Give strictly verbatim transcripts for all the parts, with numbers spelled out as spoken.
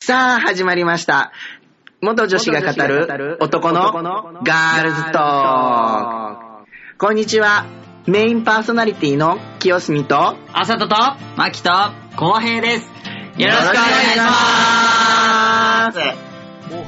さあ始まりました。元女子が語る男のガールズトーク。こんにちは。メインパーソナリティの清澄とあさととまきとこうへいです。よろしくお願いします。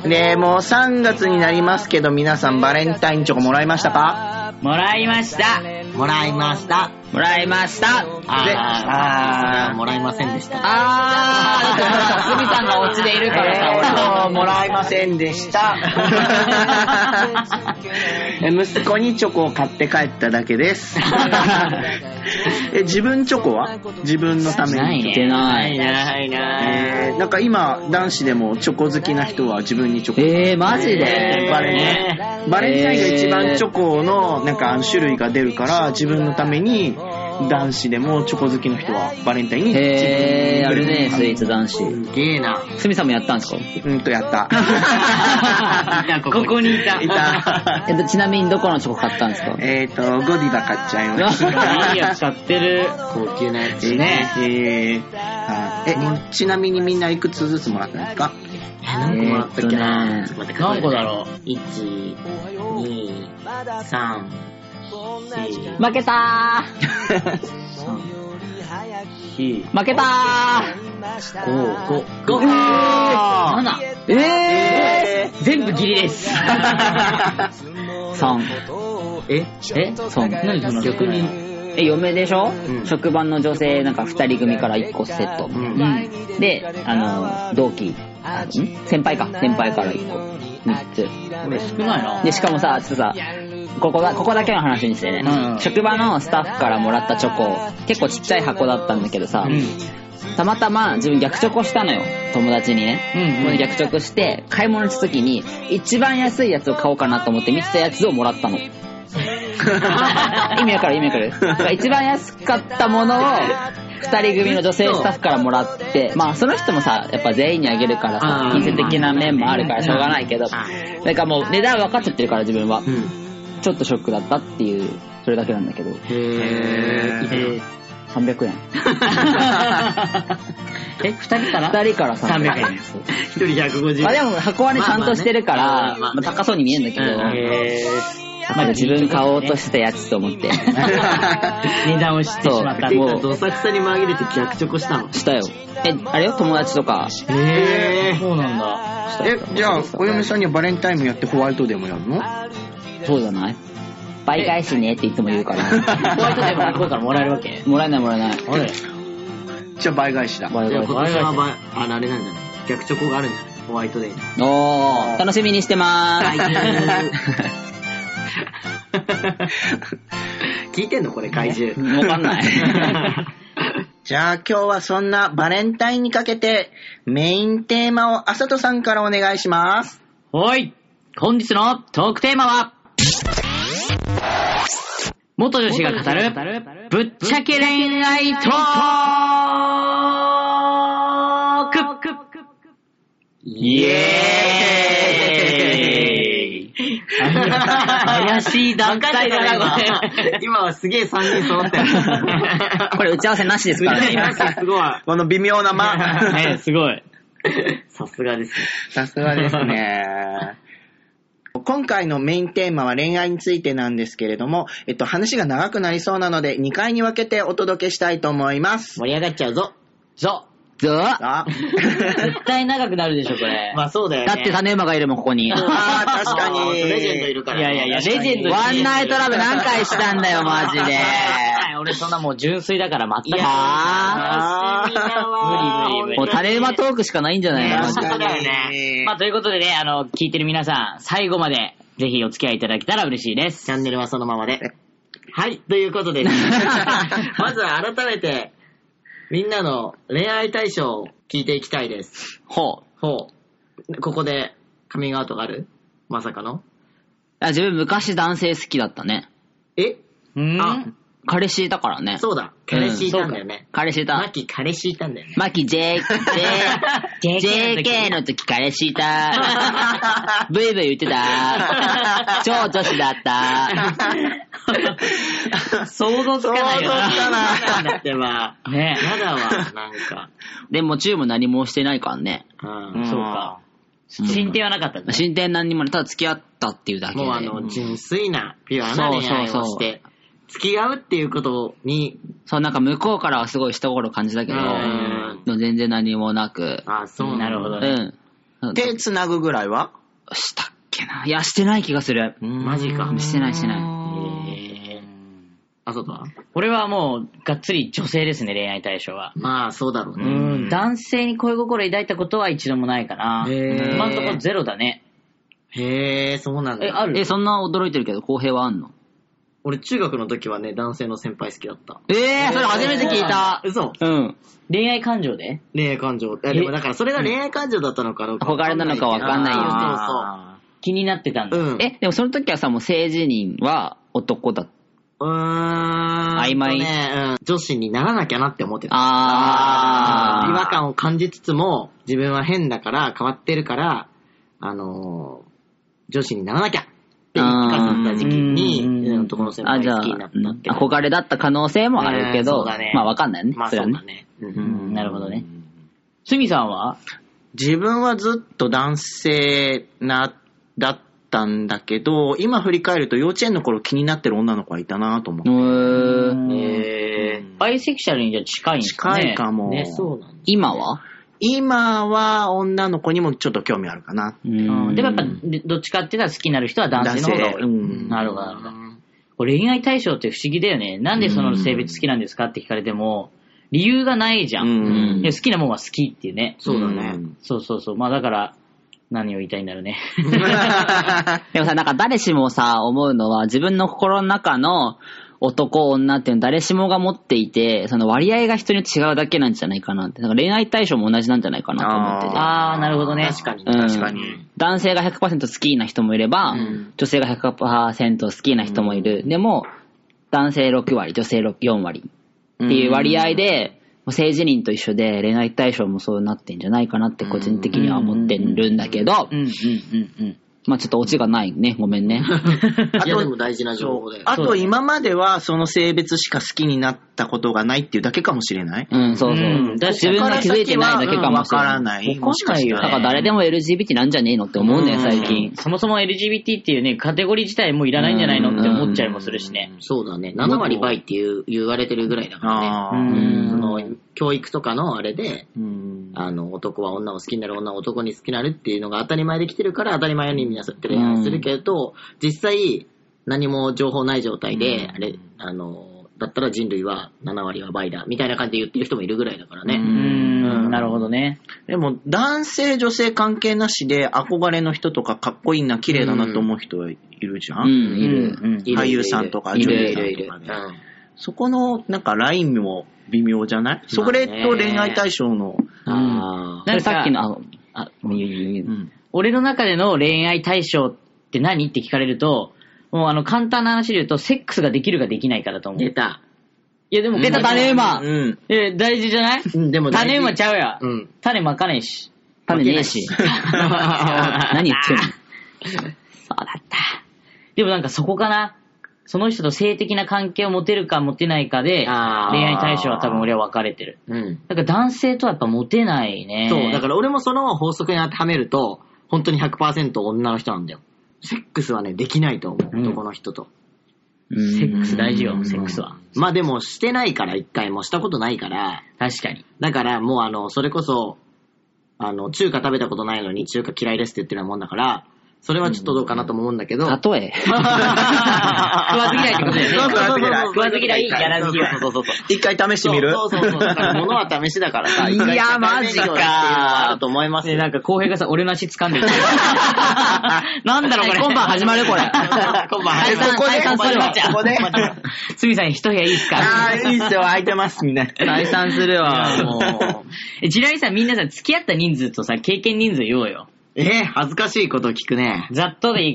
ねえ、もうさんがつになりますけど、皆さんバレンタインチョコもらいましたか？ もらいました。 もらいました。 もらいました。 あー、もらいませんでした。 あー、だからすみさんがオチでいるからさ、 俺ももらいませんでした。息子にチョコを買って帰っただけです。え、自分チョコは自分のために。 ないね。ないないない。 えー、なんか今男子でもチョコ好きな人は自分にチョコ。 えー、マジで、 えー、バレね。バレンタインが一番チョコのなんか種類が出るから自分のために男子でもチョコ好きの人はバレンタインに自分にへー、あるね、スイーツ男子。 すげえな。 すみさんもやったんですか？ うんとやった。 ここにいた。 いた。 えっと、ちなみにどこのチョコ買ったんですか？ えーと、ゴディバ買っちゃいました。 いいやつ買ってる。 高級なやつね。えー、えー、ちなみにみんないくつずつもらったんですか？ 何個もらったっけな、 えー、っとね、何個だろう。 いち、に、さん、よん、 負けたー負けたーご、ご、ご、 なな、えー、全部ギリです。さん。 ええ ?さん。何その逆に。 え、嫁でしょ、 うん、 職場の女性なんか二人組からいっこセット。うんうん、で、あの、同期、あん先輩か。先輩からいっこ。みっつ。 これ少ないな。 で、しかもさ、ちょっとさ、ここだ、ここだけの話にしてね、うん、職場のスタッフからもらったチョコ、結構ちっちゃい箱だったんだけどさ、うん、たまたま自分逆チョコしたのよ、友達にね。うんうん、逆チョコして、買い物した時に、一番安いやつを買おうかなと思って見てたやつをもらったの。意味わかる意味わかるだから一番安かったものを、二人組の女性スタッフからもらって、まあその人もさ、やっぱ全員にあげるからさ、金銭的な面もあるからしょうがないけど、だからもう値段分かっちゃってるから自分は。うん、ちょっとショックだったっていう、それだけなんだけど。へー。 さんびゃくえん。 え、二人から二人からさんびゃくえん。 一人ひゃくごじゅうえん。 あ、でも箱はね、ちゃんとしてるから、まあ高そうに見えるんだけど、へー。まだ自分買おうとしたやつと思って。値段を知ってしまった。 もう、どさくさに紛れて逆チョコしたの？ したよ。え、あれよ、友達とか。 へー。そうなんだ。 え、じゃあ、お嫁さんにはバレンタインもやってホワイトデーもやるの？ そうじゃない？倍返しねっていつも言うから。ホワイトデーも向こうからもらえるわけ？もらえないもらえない。あれ？ じゃあ倍返しだ。 倍返し。今年はあれなんじゃない？逆チョコがあるんじゃない？ホワイトデーに。 おー、楽しみにしてまーす。 聞いてんのこれ怪獣。 わかんない。 じゃあ今日はそんなバレンタインにかけてメインテーマをあさとさんからお願いします。 はい。本日のトークテーマは元女子が語るぶっちゃけ恋愛トーク。イエーイ。怪しい段階だな、これ。 今はすげえさんにん揃ってる。 これ打ち合わせなしですからね。 すごい。 この微妙な間。 ね、すごい。 さすがです。 さすがですね。今回のメインテーマは恋愛についてなんですけれども、えっと、話が長くなりそうなのでにかいに分けてお届けしたいと思います。 盛り上がっちゃうぞ。 ぞ。ぞ。絶対長くなるでしょ、これ。 まあそうだよね。 だって種馬がいるもん、ここに。 ああ、確かに。 レジェンドいるから。 いやいやいや、レジェンド。ワンナイトラブ何回したんだよ、マジで。俺そんなもう純粋だから全く。 あー。無理無理無理。もう種馬トークしかないんじゃないの、マジで。 そうだよね。 まあということでね、あの、聞いてる皆さん、最後までぜひお付き合いいただけたら嬉しいです。 チャンネルはそのままで。はい、ということで、まずは改めて、みんなの恋愛対象を聞いていきたいです。 ほう。 ほう。ここでカミングアウトがある？まさかの？ あ、自分昔男性好きだったね。 え？ んあ、 彼氏いたからね。 そうだ。彼氏いたんだよね。 彼氏いた。 マキ彼氏いたんだよね。 マキ J、J、ジェーケー の時彼氏いた。ブイブイ言ってた。超女子だった。 想像つかないよな。 想像つかない。だってまあ、 ねやだわ、なんか。 でもチューも何もしてないからね。 うん。 そうか。進展はなかったんだね。 進展何にもない。ただ付き合ったっていうだけで。 もうあの、純粋な、ピュアな恋愛そうそうそうをして、付き合うっていうことに、 そう、なんか向こうからはすごい一頃感じたけど、 うんでも全然何もなく。 ああ、そうなるほどうね。 ん。 手繋ぐぐらいはしたっけな。いや、してない気がする。 マジか。 してないしてない。 へー。あ、そうだ。 俺はもう、がっつり女性ですね、恋愛対象は。 まあ、そうだろううね。 ん、男性に恋心抱いたことは一度もないかな。 へー今んところゼロだね。 へえ、そうなんだ。 え、あるえ、そんな驚いてるけど、公平はあんの？ 俺、中学の時はね、男性の先輩好きだった。 ええー、それ初めて聞いた。 嘘うん。 恋愛感情で恋愛感情。いやでもだからそれが恋愛感情だったのかどうか。 憧れなのかわかんないよねあ気になってたんだ。 ーそうそう。うん。 え、でもその時はさ、もう性自認は男だ。 うーん。 曖昧とね、うん。女子にならなきゃなって思ってた。 あー。 違和感を感じつつも、自分は変だから、変わってるから、あのー、女子にならなきゃって言い聞かせた時期に、 うんうん男の先あ、じゃあ、 輩好きになったっていう。 憧れだった可能性もあるけうんそど、 うだねまあわかんないよね。 まあそれはね。 そうだね。ううんん、なるほどね。すみさんは自分はずっと男性な、だったんだけど、今振り返ると幼稚園の頃気になってる女の子はいたなと思って。 うーん。 へー。 バイセクシャルにじゃ近いんですかね。 近いかも。 ね、そうなんだ。 今は今は女の子にもちょっと興味あるかな。 ううん。でもやっぱ、でどっちかって言ったら好きになる人は男性の方が多い。 うんなるほど、なるほど。これ恋愛対象って不思議だよね。なんでその性別好きなんですかって聞かれても、理由がないじゃん。 うんで好きなもんは好きっていうね。 そうだね。 そうそうそう。まあだから、何を言いたいんだろうね。 でもさ、なんか誰しもさ、思うのは自分の心の中の男、女っていうの誰しもが持っていて、その割合が人に違うだけなんじゃないかなって。なんか恋愛対象も同じなんじゃないかなと思ってて。 あー、なるほどね。 確かに。 うん確かに。 男性が ひゃくパーセント 好きな人もいれば、 うん女性が ひゃくパーセント 好きな人もいる。でも、男性ろく割、女性よん割っていう割合で、性自認と一緒で恋愛対象もそうなってんじゃないかなって個人的には思ってるんだけどう、んうんうんうん。 まあちょっとオチがないね。ごめんね。 いや、でも大事な情報だよ。 あと今まではその性別しか好きになったことがないっていうだけかもしれない。 うん、そうそう。 うん自分が気づいてないだけかもわしれない。 からない。 わかんないよねだから誰でも エルジービーティー なんじゃねえのって思うんだよ、最近。 そもそも エルジービーティー っていうね、カテゴリー自体もういらないんじゃないのって思っちゃいもするしね。 そうだね。なな割倍っていう言われてるぐらいだからね。 あうーんその教育とかのあれで、 うんあの、男は女を好きになる、女は男に好きになるっていうのが当たり前できてるから当たり前にみんなそうやって恋愛するけど、実際何も情報ない状態で、あれ、あの、だったら人類はなな割は倍だ、みたいな感じで言ってる人もいるぐらいだからうね。 ん、なるほどね。 でも男性女性関係なしで憧れの人とかかっこいいな綺麗だなと思う人はいるじゃん、 うん、いる。 うんうんいる俳優さんとかいる女優いるいるさんとかで、 うんそこのなんかラインも微妙じゃない、それと恋愛対象の、 あそれさっきの、 なんあ、あ、もういいいいいいうん俺の中での恋愛対象って何って聞かれると、もうあの簡単な話で言うと、セックスができるかできないかだと思う。 出た。 いやでも、 出た種馬うんえ、大事じゃないうん、でも大事種馬ちゃうや。 うん。 種まかねえし。 種ねえし。何言ってんのそうだった。 でもなんかそこかな。その人と性的な関係を持てるか持てないかで、恋あー愛対象は多分俺は分かれてる。 うん。 だから男性とはやっぱ持てないね。 そう、だから俺もその法則に当てはめると、本当に ひゃくパーセント 女の人なんだよ。セックスはね、できないと思う、 うん男の人と。 セックス大事よ、セックスは。 まあでも、してないから、一回もしたことないから、 確かに。 だからもうあの、それこそ、あの、中華食べたことないのに中華嫌いですって言ってるようなもんだから、それはちょっとどうかなと思うんだけど、 例え。 食わず嫌いってことだよね。 そうそうそうそう食わず嫌い、やらず嫌い。 そうそうそうそう。 一回試してみるそうそうそうそう。だから物は試しだからさ、 いや一回試マジかしてみようっていうのはあると思いますで、 よ。 なんか、浩平がさ、俺の足掴んでる。なんだろう、これ。 今晩始まるこれ。 今晩始まる。 ここで解散するわ。 ここですみさん、一部屋いいっすかああ、いいっすよ、空いてますみんな。 解散するわ。 もう、 えちなみにさ、みんなさ、付き合った人数とさ、経験人数言おうよ。 えー、恥ずかしいことを聞くね。 ざっとでいいから。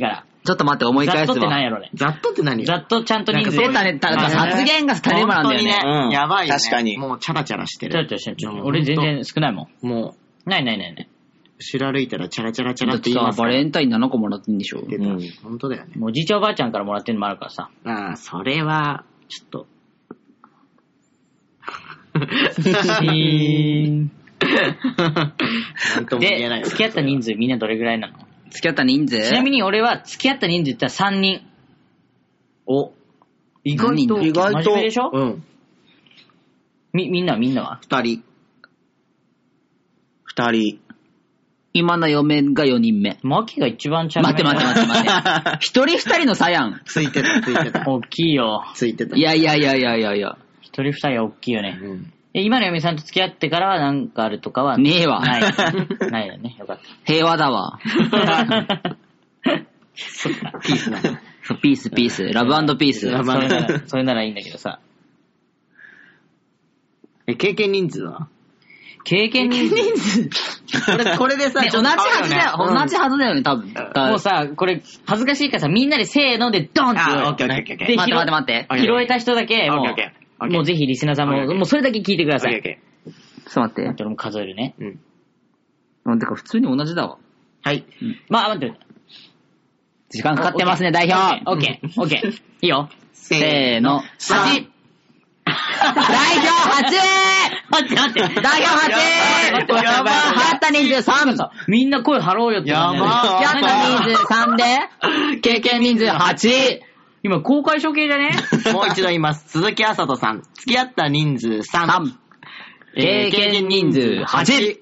ちょっと待って、思い返すわ。 ざっとって何やろね。 ざっとって何？ ざっとちゃんと人数。 出たね、ただ発言が種馬なんだよね。 本当にね、 うんやばいよね。 確かにもうチャラチャラしてちょる。 ちょちょちょ。俺全然少ないもん。 もないないないない。 う、後ろ歩いたらチャラチャラチャラだってさって言います、から。 バレンタインななこもらってんでしょ。 出た。本当だよね。 もうおじいちゃんおばあちゃんからもらってるのもあるからさ。 ああ、それは、ちょっと。 シーン。 なんとも言えないで、付き合った人数みんなどれぐらいなの？ 付き合った人数ちなみに俺は付き合った人数って言ったらさんにん。 お、意外と、 意外と真面目でしょ？ うん。 み、みんなはみんなは二人。 二人。 今の嫁がよにんめ。 マキが一番チャラめ。 待って待って待って待って。一人二人の差やん。 ついてた、ついてた。 大きいよ。 ついてた。 いやいやいやいやいやいや。 一人二人は大きいよね。 うん。 え今の嫁さんと付き合ってからなんかあるとかはねえわ。 ない。ないよね。よかっ平和だわ。 た。 ピースなの。 そうピースピース。ラブピース。 ラブそれなら、それならいいんだけどさ。 え、経験人数は経験人数これ、これでさ、 ね、 ちょっと同じはずだよ。 うん同じはずだよね、多分。 もうさ、これ、恥ずかしいからさ、みんなでせーのでドンって言おうよあ、オッケーオッケーオッケー。 で待って待って待って。 オッケー拾えた人だけ、もオッケーオッケーオッう、 ケーもうぜひリスナーさんも、 オッケーオッケーもうそれだけ聞いてください。 オッケーオッケちょっと待って。 俺も数えるね。 ー。うん。 うんてか普通に同じだわ。 はい。 まあ、待って。 時間かかってますね、代表。 オッケー、オッケー。いいよ。 せーの。はち。代表はち。 待って待って。 代表はち。 やばいやばい付き合った人数さん。付みんな声張ろうよって感じだよね。 やばき合った人数さんで、経験人数はち。 今、公開処刑じゃねもう一度言います。鈴木あさとさん。付き合った人数さん。 さん。経験人数はち。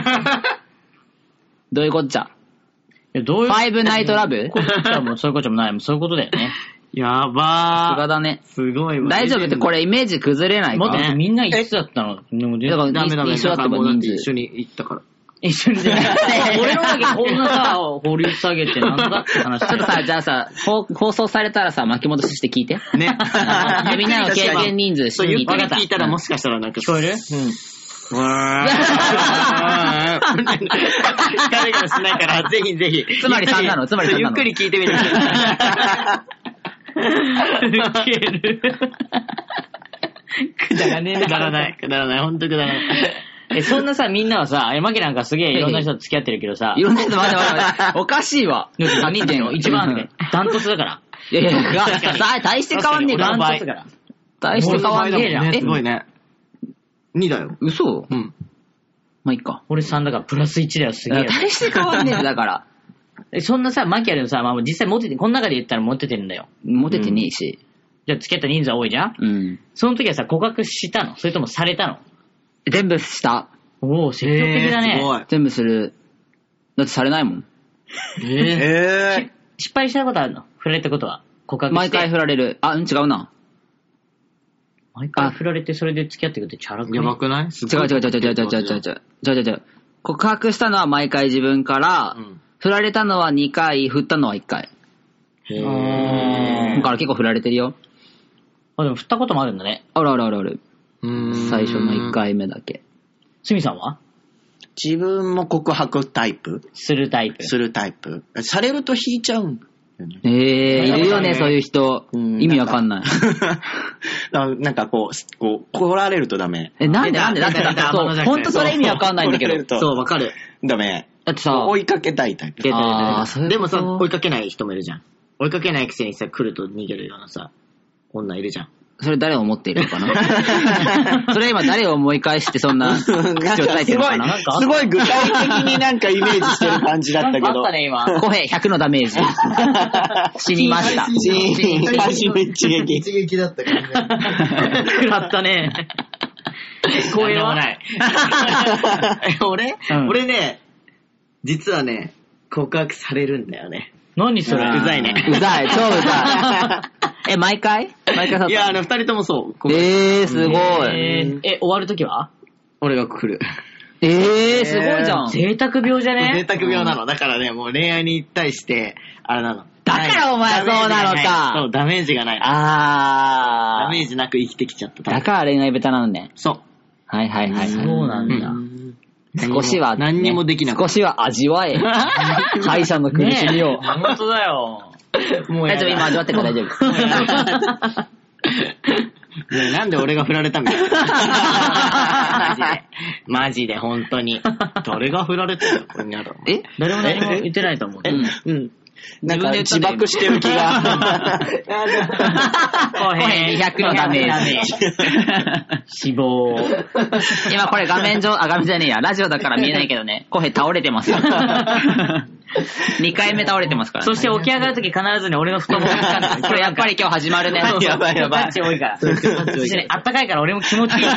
どういうことじゃ？ いやどういうファイブナイトラブ？ いやもうそういうこともない。もうそういうことだよね。 やさすばー。 がだね。 すごいわ。 大丈夫ってこれイメージ崩れないかもっとみんないつだったのでもだからダメダメ。 一緒だったもんもうだって人数一緒に行ったから。 一緒にじゃない。俺のだけこんなさ、掘り下げてなんだって話。 ちょっとさ、じゃあさ、放放送されたらさ、巻き戻しして聞いて。 ね。 でみんなの経験人数そう、ゆっくりわかった聞いたらもしかしたらなんか。 聞こえるうん。わー。誰かしないから、ぜひぜひ。 つまりさんなのつまりさんなのゆっくり聞いてみてくださウケる。くだらねえい。 な。 くだらない。くだらない。ほんとくだらない。 え、そんなさ、みんなはさ、え、マキなんかすげえいろんな人と付き合ってるけどさ、 いろんな人待って待って待って。おかしいわ。 何人でしょ一番だダントツだから。 いやいや、がさ大して変わんねえから。 ダントツだから。 大して変わんねえじゃん。 ねえすごいね。にだよ。 嘘うん。 まあ、いいか。 俺さんだからプラスいちだよ、すげえ。 大して変わんねえじゃんだから。 え、そんなさ、マキアでもさ、まあ実際モテて、この中で言ったらモテてるんだよ。 モテてねえし。 じゃあ付き合った人数は多いじゃんうん。 その時はさ、告白したのそれともされたの全部した。 おお、積極的だね。 すごい。 全部する。だってされないもん。 ええ失敗したことあるの振られたことは告白して。 毎回振られる。あ、うん、違うな。 毎回振られてそれで付き合ってくってチャラくー。 ねやばくない違う違う違う違う違う違う違う違う違う違う違う違う。告白したのは毎回自分から、 うん振られたのはにかい、振ったのはいっかい。 へうー。 んだから結構振られてるよ。 あ、でも振ったこともあるんだね。 あるあるあるある。 うーん最初のいっかいめだけ。 すみさんは自分も告白タイプするタイプ。 するタイプされると引いちゃうんだよね。 えー、いるよね、そういう人。 うん意味わかんない。 ななんかこう、こう、来られるとダメ。 え、なんでなんでだってだってそう、ほんとそれ意味わかんないんだけど。 来られるとそう、わかる。 ダメ。 だってさ、 追いかけたいタイプ。 あーそういうことでもさ、追いかけない人もいるじゃん。追いかけないくせにさ、来ると逃げるようなさ、女いるじゃん。 それ誰を思っているのかなそれ今誰を思い返してそんな口を叩いてるのかななんかすごい具体的になんかイメージしてる感じだったけど。 なんかあったね、今。 コヘひゃくのダメージ。死にました。 チーン、初め一撃。 一撃だったからね。 食らったね。声はない。俺、 うん俺ね、実はね、告白されるんだよね。 何それうざいね。 うざい、超うざい。え、毎回毎回さいや、あの、二人ともそう。告白えー、すごい。 えーえ、終わるときは俺が来る。 えー、すごいじゃん。 贅沢病じゃね贅沢病なの。だからね、もう恋愛に対して、あれなの。 だからお前そうなのかそう、ダメージがない。 あダメージなく生きてきちゃった。 だから恋愛ベタなんね。 そう。 はいはいはい。 そうなんだ。 少しは、 何にもできなかった。 少しは味わえ。敗者の苦しみを。 本当だよ。 もう大丈夫、今味わってるから大丈夫。 ねなんで俺が振られたみたいな。マジで。マジで、本当に。誰が振られたのこれにあるのえ誰も何も言ってないと思う。 うん。なんか自爆してる気が。 後編ひゃくのダメージ。死亡。 今これ画面上、あ、画面じゃねえや。ラジオだから見えないけどね。コヘ倒れてます。にかいめ倒れてますから、ね。 そして起き上がるとき必ずね、俺の太ももにかんだ。 これやっぱり今日始まるね。 やばいやばい。 タッチ多いから。そしてね、あったかいから俺も気持ちいい。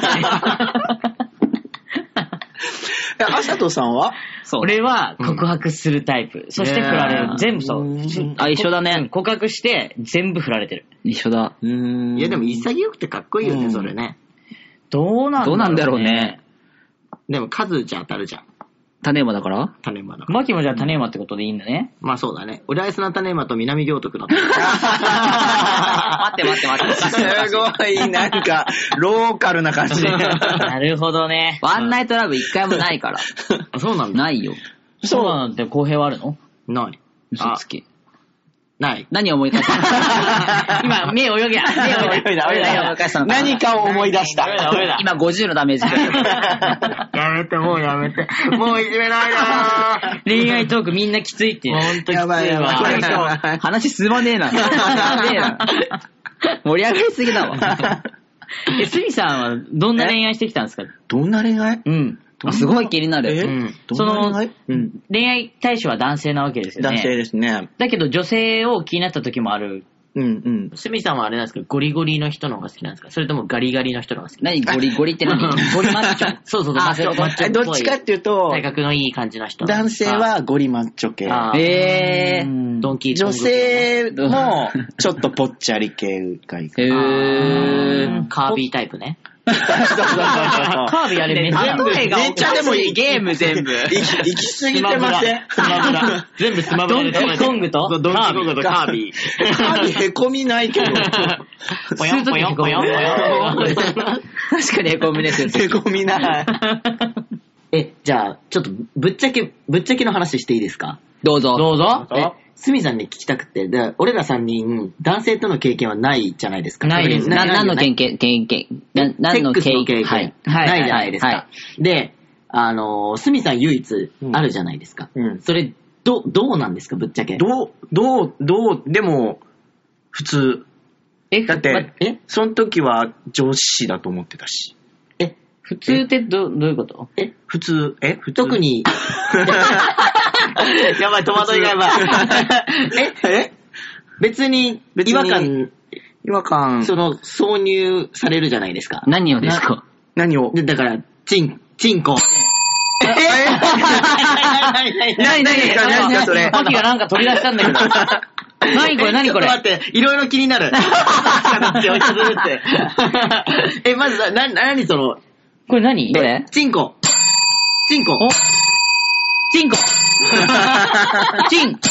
あさとさんはそう。 俺は告白するタイプ。そして振られる。全部そう。 あ、一緒だね。 告白して全部振られてる。 一緒だ。 うーん。 いやでも潔くてかっこいいよね、それね。 どうなんだろうね。 どうなんだろうね。 でも数じゃ当たるじゃん。 種馬だから種馬だから。 マキもじゃあ種馬ってことでいいんだね。 まあそうだね。浦安の種馬と南行徳だった。 待って待って待って。 すごい、なんか、ローカルな感じ。 なるほどね。 ワンナイトラブ一回もないから。 あ、そうなんだ。 ないよ。 そうなんて公平はあるの？ ない。 嘘つき。 ない。 何を思い出した今、目泳ぎや。目泳ぎや。 泳いだ、泳いだ。何かを思い出した。 今ごじゅうのダメージ。 やめて、もうやめて。もういじめないな恋愛トークみんなきついって。 ほんときついわ。 やばいやばいやばい。 話進まねえな。やべえな。盛り上がりすぎだわ。 え、スミさんはどんな恋愛してきたんですか？ どんな恋愛うん。 すごい気になる。 え、 うん、 どんな恋愛うん。 恋愛対象は男性なわけですよね。 男性ですね。 だけど女性を気になった時もある。 うんうん。 スミさんはあれなんですか、ゴリゴリの人の方が好きなんですか、それともガリガリの人の方が好きなんですか？ 何ゴリゴリって何？ ゴリマッチョ。そうそうそう、マッチョ、マッチョっぽい。 どっちかっていうと、 体格のいい感じの人。 男性はゴリマッチョ系。 へー。 ドンキー女性もちょっとぽっちゃり系がいいかな。 へー。 カービータイプね。 カービィあれめっちゃめっちゃでもいい。 ゲーム全部。 行き過ぎてません？ スマブラ。全部スマブラでドンキーコングとドンキーコングとカービー。 カービィへこみないけど。 ぽよんぽよんぽよんぽよん。 確かにへこみですよ。 へこみない。 え、じゃあ、ちょっとぶっちゃけ、ぶっちゃけの話していいですか？ どうぞ。 どうぞ。 え、スミさんに聞きたくて、で俺らさんにん、男性との経験はないじゃないですか。 ないですな何の経験、経験、な何の経セックスの経験、 はい。 ないじゃないですか。 はいはで、あのー、スミさん唯一あるじゃないですか。 うん。 それ、ど、どうなんですか、ぶっちゃけ。 どう、どう、どう、でも、普通。 え、 だって、 まえその時は女子だと思ってたし。 え、 普通ってどどういうこと？ え、 普通、え普通特に、やばい、戸惑いがやばい。ええ別に、 別に違和感、 違和感。 その、挿入されるじゃないですか。 何をですか？ 何をでだから、チン、チンコ。 え何、何ですか何ですかそれ。 マキがなんか取り出したんだけど。何これ何これ。 ちょっと待って、いろいろ気になる。え、まず、な、な、何その、 これ何？ どれ？ チンコ。チンコ。 おチンコ。チン。チン。こ、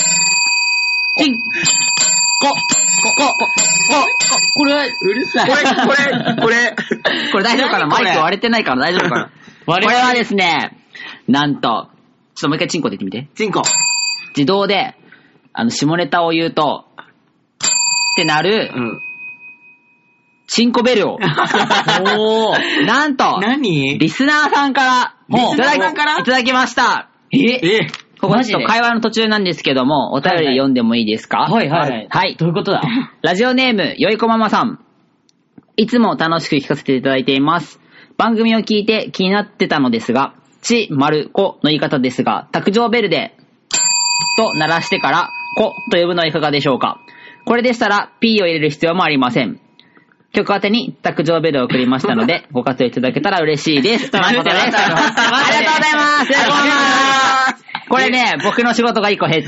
こ、こ、こ、これは、 うるさい。 これ、これ、これ。 これ大丈夫かな？マイク割れてないから大丈夫かな？これはですね、なんと、ちょっともう一回チンコって言ってみて。 チンコ。 自動で、あの、下ネタを言うと、ってなる、 うん。 チンコベルを、 おー。 なんと、 何リスナーさんから、 リスナーいただきさんからいただきました。 ええここマジでちょっと会話の途中なんですけども、お便り読んでもいいですか？ はいはいはい。 はい。 どういうことだ？ ラジオネーム、よいこママさん。いつも楽しく聞かせていただいています。番組を聞いて気になってたのですが、ち、まる、この言い方ですが、卓上ベルで、と鳴らしてから、こと呼ぶのはいかがでしょうか？これでしたら、P を入れる必要もありません。曲宛てに卓上ベルを送りましたので、ご活用いただけたら嬉しいです。ということです。ありがとうございます。ありがとうございます。これね、僕の仕事がいっこ減った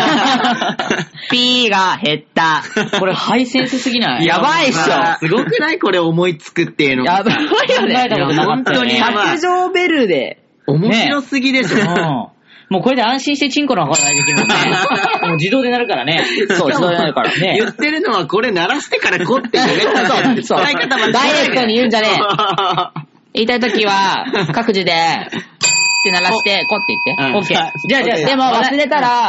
。P が減った。 これハイセンスすぎない？ やばいっしょ。 すごくないこれ思いつくっていうの。 やばいよね。 考えたことなかったよね。 いや本当にやばい卓上ベルで。 面白すぎでしょ。 うんもうこれで安心してチンコの方ができるもんね。もう自動でなるからね。 そう、自動でなるからね。 言ってるのはこれ鳴らしてからこって言うね。 そう、そう。 使い方間違えダイレクトに言うんじゃねえ。言いたいときは、各自で、って鳴らして、こって言って。 うんオッケー。 じゃあじゃあ、 でも忘れたら、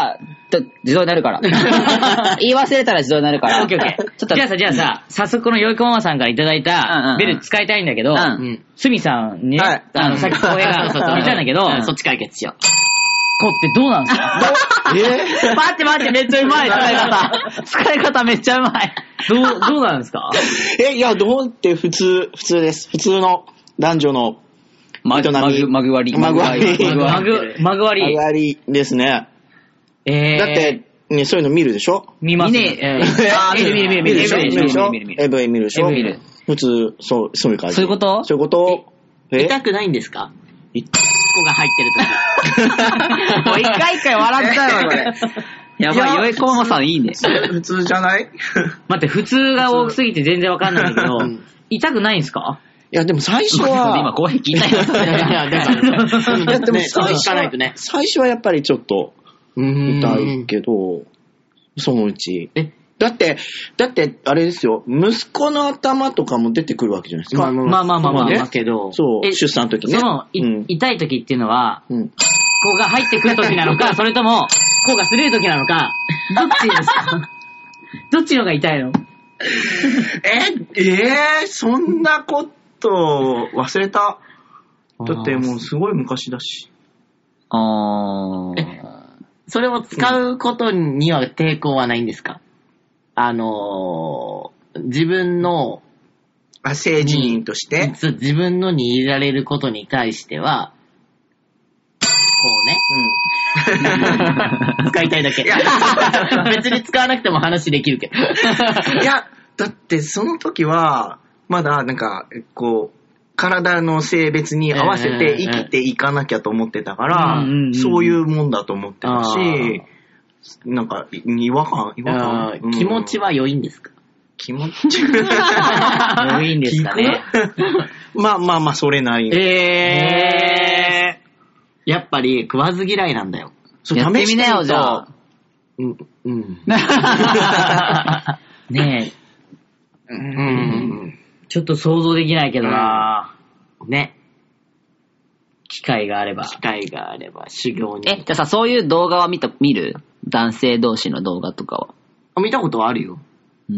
と自動になるから。言い忘れたら自動になるから。 オッケーオッケー。ちょっとじゃあさ、じゃあさ、早速このよいこママさんからいただいたベル使いたいんだけど、すみさんにね、あの、さっき浩平が言ったんだけど、 そっち解決しよう。 こってどうなんですか？ え待って待って、めっちゃうまい、使い方。使い方めっちゃうまい。 どう、どうなんですか？ え、いや、どうって普通、普通です。普通の男女のマグ、マグ、マグ割り。 マグ割り。 マグ、マグ割り。 マグ割りですね。 えー、 だって、ね、そういうの見るでしょ？ 見ますね。 えー、見る見る見る見る。 見るでしょ？見るでしょ？ 見る見る。 エブイ見るでしょ？ 見る。 普通、そう、そういう感じ。 そういうこと？ そういうこと。 え痛くないんですか？子が入ってるとき。もう一回一回笑っちゃうわ、これ。やばい、よいこママさんいいね。 普通じゃない？ 待って、普通が多すぎて全然わかんないんだけど、痛くないんすか？ いや、でも最初は。 今、公平聞いたよ。 いやいや、だからね。 いや、でも最初は、 ね、 最初はやっぱりちょっと、痛いけど、そのうち。えだって、だって、あれですよ、息子の頭とかも出てくるわけじゃないですか。 まあまあまあまあまあ、ね、けど。 そう、出産の時ね。 その、いうん、痛い時っていうのは、 うん、 子が入ってくる時なのか、それとも、子が擦れる時なのか、どっちですか？どっちのが痛いの？ え、えー、そんなこと忘れた。だってもうすごい昔だし。 あー。 それを使うことには抵抗はないんですか？あのー、自分の、 あ、性自認として、 自分のに入れられることに対しては、こうね。うん。使いたいだけ。別に使わなくても話できるけど。 いや、だってその時は、まだなんか、こう、体の性別に合わせて生きていかなきゃと思ってたから、そういうもんだと思ってたし、なんか、違和感、違和感、 うん、気持ちは良いんですか？ 気持ち良いんですかね。 まあまあまあ、それなりに。 えー、やっぱり食わず嫌いなんだよ。 そう、試してみなよ、じゃあ。 うん、うん。 ねえ。うん。ちょっと想像できないけどな、 うん、ね。 機会があれば。 機会があれば、修行に。 え、じゃあさ、そういう動画は見た、見る？男性同士の動画とかは。 あ、見たことはあるよ。 うん。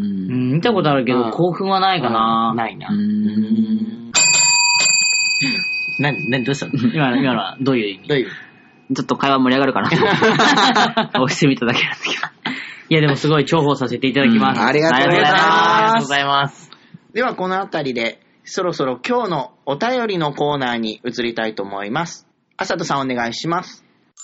見たことあるけど、興奮はないかな。 ないな。 うーん。 な、な、どうしたの？ 今の、今のはどういう意味？ どういう意味？ ちょっと会話盛り上がるかな。押してみただけなんだけど。 いや、でもすごい重宝させていただきます。 うん、ありがとうございます。 ありがとうございます。 では、このあたりで、そろそろ今日のお便りのコーナーに移りたいと思います。あさとさんお願いします。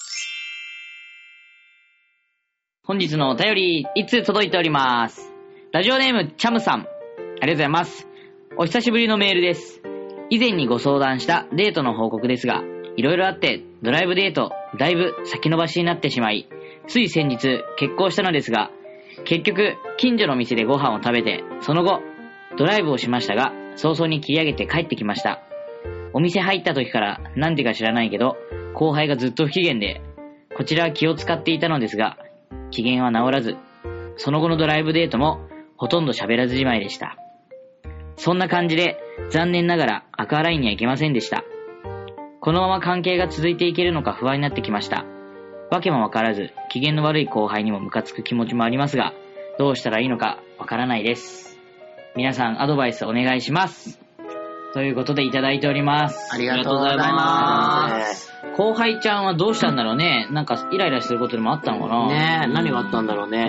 本日のお便り、いつ届いております。ラジオネーム、チャムさん。ありがとうございます。お久しぶりのメールです。以前にご相談したデートの報告ですが、いろいろあって、ドライブデート、だいぶ先延ばしになってしまい、つい先日、結婚したのですが、結局、近所の店でご飯を食べて、その後、ドライブをしましたが、早々に切り上げて帰ってきました。お店入った時から、なんでか知らないけど、後輩がずっと不機嫌で、こちらは気を使っていたのですが、機嫌は治らず、その後のドライブデートも、ほとんど喋らずじまいでした。そんな感じで、残念ながらアクアラインには行けませんでした。このまま関係が続いていけるのか不安になってきました。わけもわからず、機嫌の悪い後輩にもムカつく気持ちもありますが、どうしたらいいのかわからないです。皆さんアドバイスお願いします。ということでいただいております。 ありがとうございます。 後輩ちゃんはどうしたんだろうね。なんかイライラしてることでもあったのかな。 ねえ、何があったんだろうね。 うん。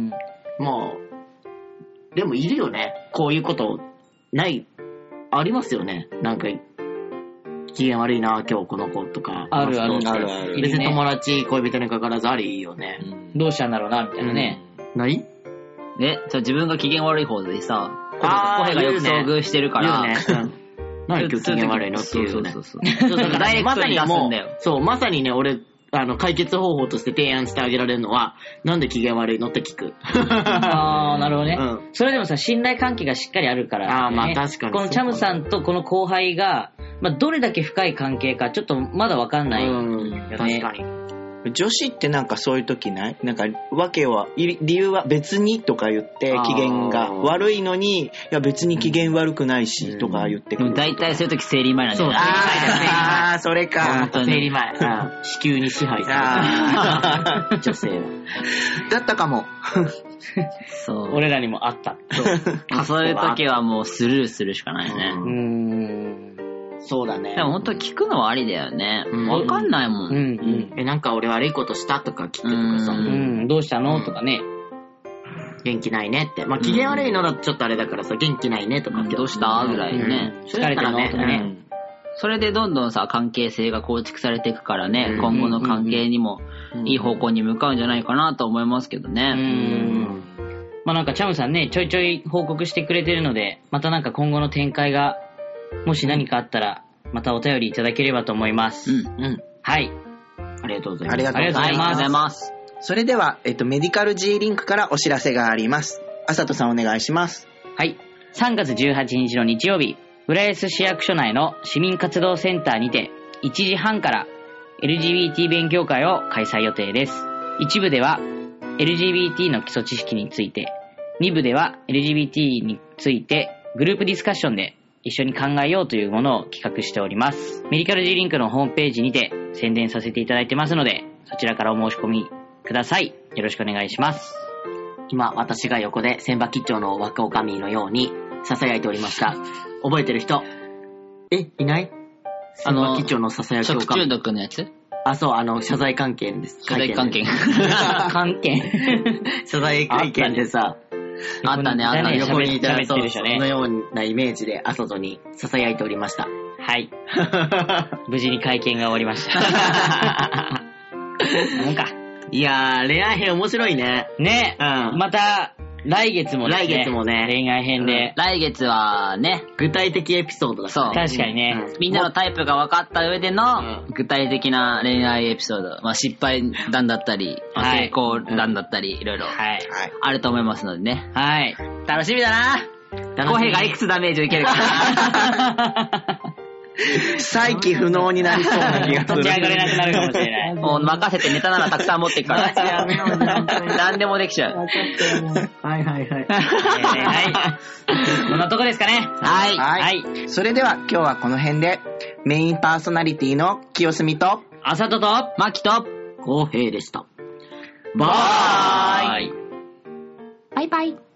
まあ、でもいるよね。こういうことない、ありますよね。なんか、機嫌悪いな、今日この子とか。 あるあるあるある。 別に友達、恋人にかからずありいいよね。 どうしたんだろうな、みたいなね。 うん、ないね、じゃあ自分が機嫌悪い方でさ、 あ声がよく遭遇してるから。 言うね。うん何今日機嫌悪いのっていうね。 そうそうそうそう。 だからまさにもう、そう、まさにね、俺、あの、解決方法として提案してあげられるのは、なんで機嫌悪いのって聞く。 ああ、なるほどね、 うん。 それでもさ、信頼関係がしっかりあるから、ね。 ああ、まあ確かに。 このチャムさんとこの後輩が、まあ、どれだけ深い関係か、ちょっとまだわかんないよね。 うん、確かに。 女子ってなんかそういう時ないなんか、わけは、理由は別にとか言って、機嫌が悪いのに、いや別に機嫌悪くないし、とか言ってくる。 大体そういう時生理前なんじゃない？ ああ、それか。 生理前。子宮に支配される。女性は。 だったかも。 そう。 俺らにもあった。 そういう時はもうスルーするしかないね。 うーん。そうだね。 でも本当聞くのはありだよね。わかんないもん。 うんうん。 え、なんか俺悪いことしたとか聞くとかさ。 うん。どうしたのとかね。 元気ないねって。まあ、機嫌悪いのだとちょっとあれだからさ、元気ないねとか。 どうしたぐらいね。 疲れてるのとかね。 それでどんどんさ、関係性が構築されていくからね、今後の関係にもいい方向に向かうんじゃないかなと思いますけどね。 うん。まあなんかチャムさんね、ちょいちょい報告してくれてるので、またなんか今後の展開が、もし何かあったら、またお便りいただければと思います。 うん。うん。 はい。 ありがとうございます。 ありがとうございます。それでは、えっと、メディカル G リンクからお知らせがあります。あさとさんお願いします。 はい。さんがつじゅうはちにちの日曜日、浦安市役所内の市民活動センターにて、いちじはんから エルジービーティー 勉強会を開催予定です。一部では エルジービーティー の基礎知識について、二部では エルジービーティー についてグループディスカッションで一緒に考えようというものを企画しております。メディカル G リンクのホームページにて宣伝させていただいてますので、そちらからお申し込みください。よろしくお願いします。 今、私が横で千葉吉兆の若女将のように囁いておりました。覚えてる人？え、いない？千葉吉兆の囁き女将。 食中毒のやつ？ あ、そう、あの、謝罪関係です。 謝罪関係。 関係。 謝罪会見でさ、 あったね、あったね。 横にいたらそのようなイメージで、あそとに囁いておりました。 はい。無事に会見が終わりました。なんか。 いやー、恋愛編面白いね。 ね。うん。また、来月もね。 来月もね。 恋愛編で。 来月はね。 具体的エピソードだからね。 そう。確かにね。 みんなのタイプが分かった上での、具体的な恋愛エピソード。まあ失敗談だったり、成功談だったり、いろいろ。はい。あると思いますのでね。 はい。 楽しみだな。コヘがいくつダメージを受けるかな。 再起不能になりそうな気がする。 立ち上がれなくなるかもしれない。 もう任せてネタならたくさん持っていくから。何でもできちゃう。 はいはいはい。 はい。こんなとこですかね。 はい。 はい。それでは今日はこの辺で、メインパーソナリティの清澄と、 あさとと、 まきと、 こうへいでした。 バイバイ。 バイバイ。